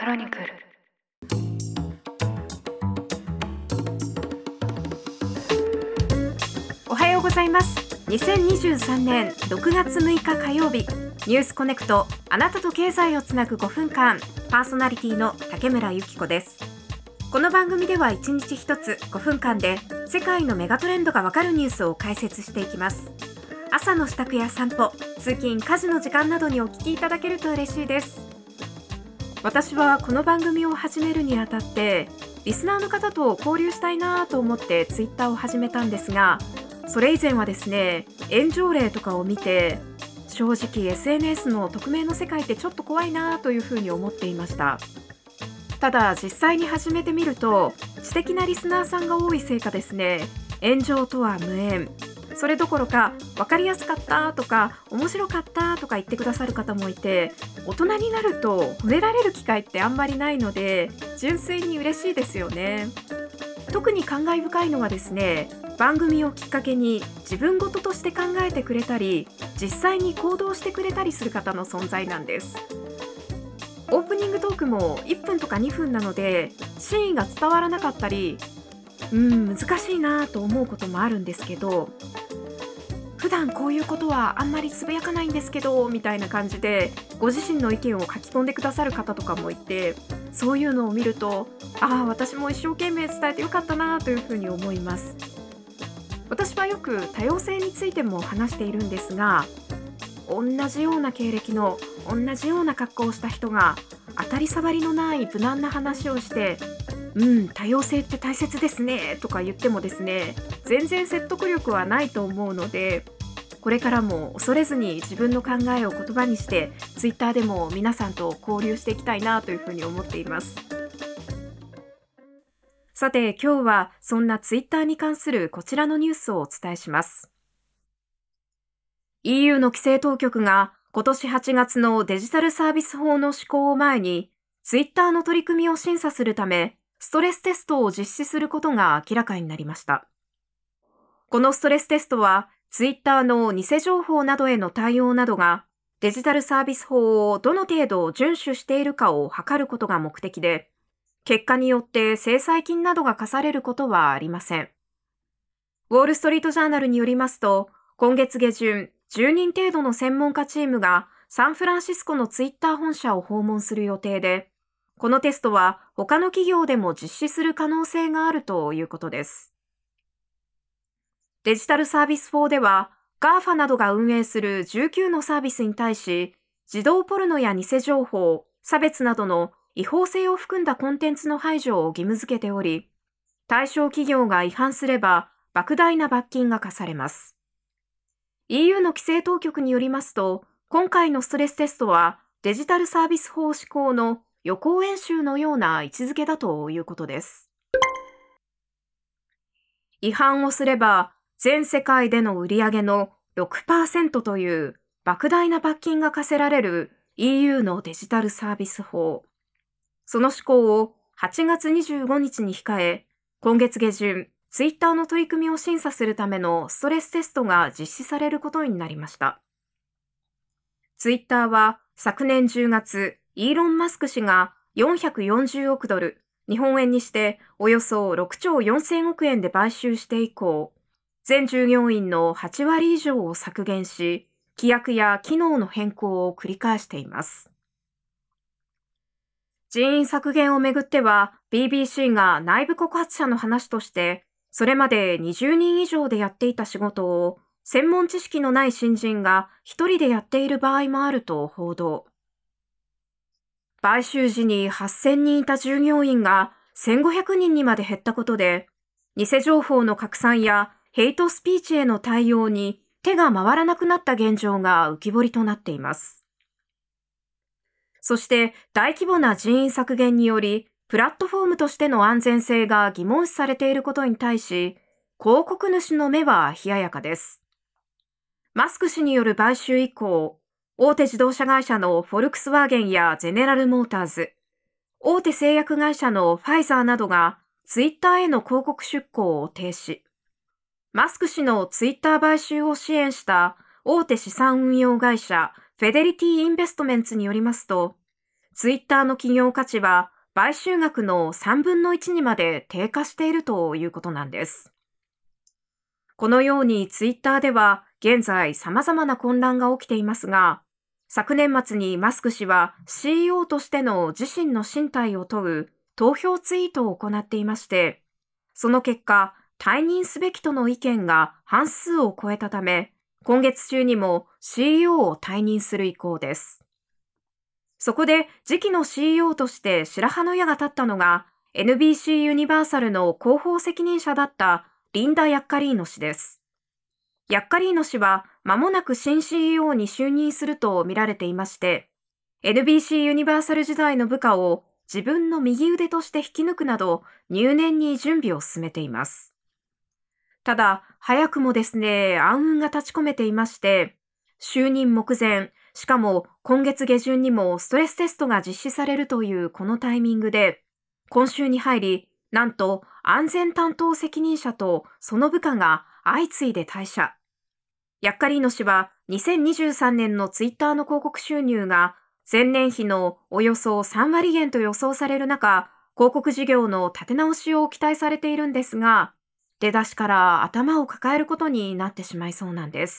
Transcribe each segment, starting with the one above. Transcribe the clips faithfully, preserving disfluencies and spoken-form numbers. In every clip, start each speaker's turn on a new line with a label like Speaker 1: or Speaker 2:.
Speaker 1: クロニクル。おはようございます。にせんにじゅうさんねんろくがつむいか火曜日、ニュースコネクト、あなたと経済をつなぐごふんかん、パーソナリティの竹村由紀子です。この番組ではいちにちひとつごふんかんで世界のメガトレンドがわかるニュースを解説していきます。朝の支度や散歩、通勤・家事の時間などにお聞きいただけると嬉しいです。私はこの番組を始めるにあたってリスナーの方と交流したいなと思ってツイッターを始めたんですが、それ以前はですね、炎上例とかを見て正直 エスエヌエス の匿名の世界ってちょっと怖いなというふうに思っていました。ただ実際に始めてみると知的なリスナーさんが多いせいかですね、炎上とは無縁、それどころか分かりやすかったとか面白かったとか言ってくださる方もいて、大人になると褒められる機会ってあんまりないので純粋に嬉しいですよね。特に感慨深いのはですね、番組をきっかけに自分事として考えてくれたり実際に行動してくれたりする方の存在なんです。オープニングトークもいっぷんとかにふんなので真意が伝わらなかったり、うーん難しいなと思うこともあるんですけど、普段こういうことはあんまりつぶやかないんですけどみたいな感じでご自身の意見を書き込んでくださる方とかもいて、そういうのを見ると、ああ私も一生懸命伝えてよかったなというふうに思います。私はよく多様性についても話しているんですが、同じような経歴の同じような格好をした人が当たり障りのない無難な話をして、うん多様性って大切ですねとか言ってもですね、全然説得力はないと思うので、これからも恐れずに自分の考えを言葉にしてツイッターでも皆さんと交流していきたいなというふうに思っています。さて今日はそんなツイッターに関するこちらのニュースをお伝えします。 イーユー の規制当局が今年はちがつのデジタルサービス法の施行を前にツイッターの取り組みを審査するためストレステストを実施することが明らかになりました。このストレステストはツイッターの偽情報などへの対応などがデジタルサービス法をどの程度遵守しているかを測ることが目的で、結果によって制裁金などが課されることはありません。ウォール・ストリート・ジャーナルによりますと、今月下旬、じゅうにん程度の専門家チームがサンフランシスコのツイッター本社を訪問する予定で、このテストは他の企業でも実施する可能性があるということです。デジタルサービス法では、ガーファ などが運営するじゅうきゅうのサービスに対し、児童ポルノや偽情報、差別などの違法性を含んだコンテンツの排除を義務付けており、対象企業が違反すれば莫大な罰金が課されます。イーユー の規制当局によりますと、今回のストレステストはデジタルサービス法施行の予行演習のような位置づけだということです。違反をすれば全世界での売上の ろくパーセント という莫大な罰金が課せられる イーユー のデジタルサービス法。その施行をはちがつにじゅうごにちに控え、今月下旬、ツイッターの取り組みを審査するためのストレステストが実施されることになりました。ツイッターは昨年じゅうがつ、イーロン・マスク氏がよんひゃくよんじゅうおくドル、日本円にしておよそろくちょうよんせんおくえんで買収して以降、全従業員のはちわり以上を削減し、規約や機能の変更を繰り返しています。人員削減をめぐっては、ビービーシー が内部告発者の話として、それまでにじゅうにん以上でやっていた仕事を、専門知識のない新人がひとりでやっている場合もあると報道。買収時にはっせんにんいた従業員がせんごひゃくにんにまで減ったことで、偽情報の拡散やヘイトスピーチへの対応に手が回らなくなった現状が浮き彫りとなっています。そして大規模な人員削減により、プラットフォームとしての安全性が疑問視されていることに対し、広告主の目は冷ややかです。マスク氏による買収以降、大手自動車会社のフォルクスワーゲンやゼネラルモーターズ、大手製薬会社のファイザーなどがツイッターへの広告出稿を停止。マスク氏のツイッター買収を支援した大手資産運用会社フェデリティインベストメンツによりますと、 ツイッターの企業価値は買収額のさんぶんのいちにまで低下しているということなんです。このようにツイッターでは現在様々な混乱が起きていますが、昨年末にマスク氏は シーイーオー としての自身の進退を問う投票ツイートを行っていまして、その結果、退任すべきとの意見が半数を超えたため、今月中にも シーイーオー を退任する意向です。そこで次期の シーイーオー として白羽の矢が立ったのが エヌビーシー ユニバーサルの広報責任者だったリンダ・ヤッカリーノ氏です。ヤッカリーノ氏は間もなく新 シーイーオー に就任すると見られていまして、エヌビーシー ユニバーサル時代の部下を自分の右腕として引き抜くなど入念に準備を進めています。ただ、早くもですね、暗雲が立ち込めていまして、就任目前、しかも今月下旬にもストレステストが実施されるというこのタイミングで、今週に入り、なんと安全担当責任者とその部下が相次いで退社。ヤッカリーノ氏はにせんにじゅうさんねんのツイッターの広告収入が前年比のおよそさんわりげんと予想される中、広告事業の立て直しを期待されているんですが、出だしから頭を抱えることになってしまいそうなんです。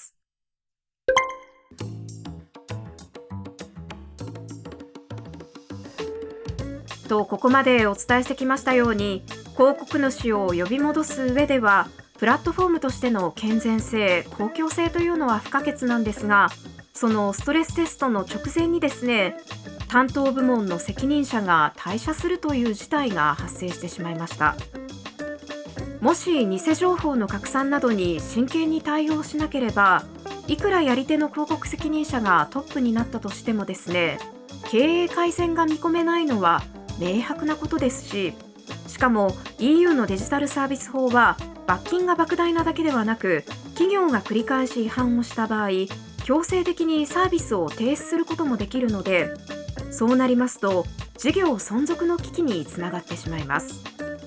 Speaker 1: と、ここまでお伝えしてきましたように、広告主を呼び戻す上では、プラットフォームとしての健全性、公共性というのは不可欠なんですが、そのストレステストの直前にですね、担当部門の責任者が退社するという事態が発生してしまいました。もし偽情報の拡散などに真剣に対応しなければ、いくらやり手の広告責任者がトップになったとしてもですね、経営改善が見込めないのは明白なことですし、しかも イーユー のデジタルサービス法は罰金が莫大なだけではなく、企業が繰り返し違反をした場合、強制的にサービスを停止することもできるので、そうなりますと事業存続の危機につながってしまいます。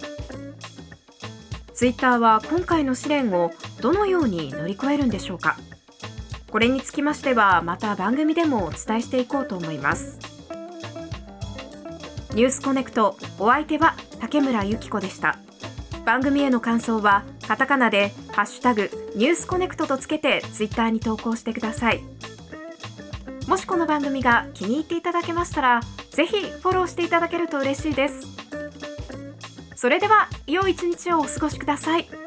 Speaker 1: ツイッターは今回の試練をどのように乗り越えるんでしょうか。これにつきましてはまた番組でもお伝えしていこうと思います。ニュースコネクト、お相手は竹村由紀子でした。番組への感想はカタカナでハッシュタグニュースコネクトとつけてツイッターに投稿してください。もしこの番組が気に入っていただけましたら、ぜひフォローしていただけると嬉しいです。それでは良い一日をお過ごしください。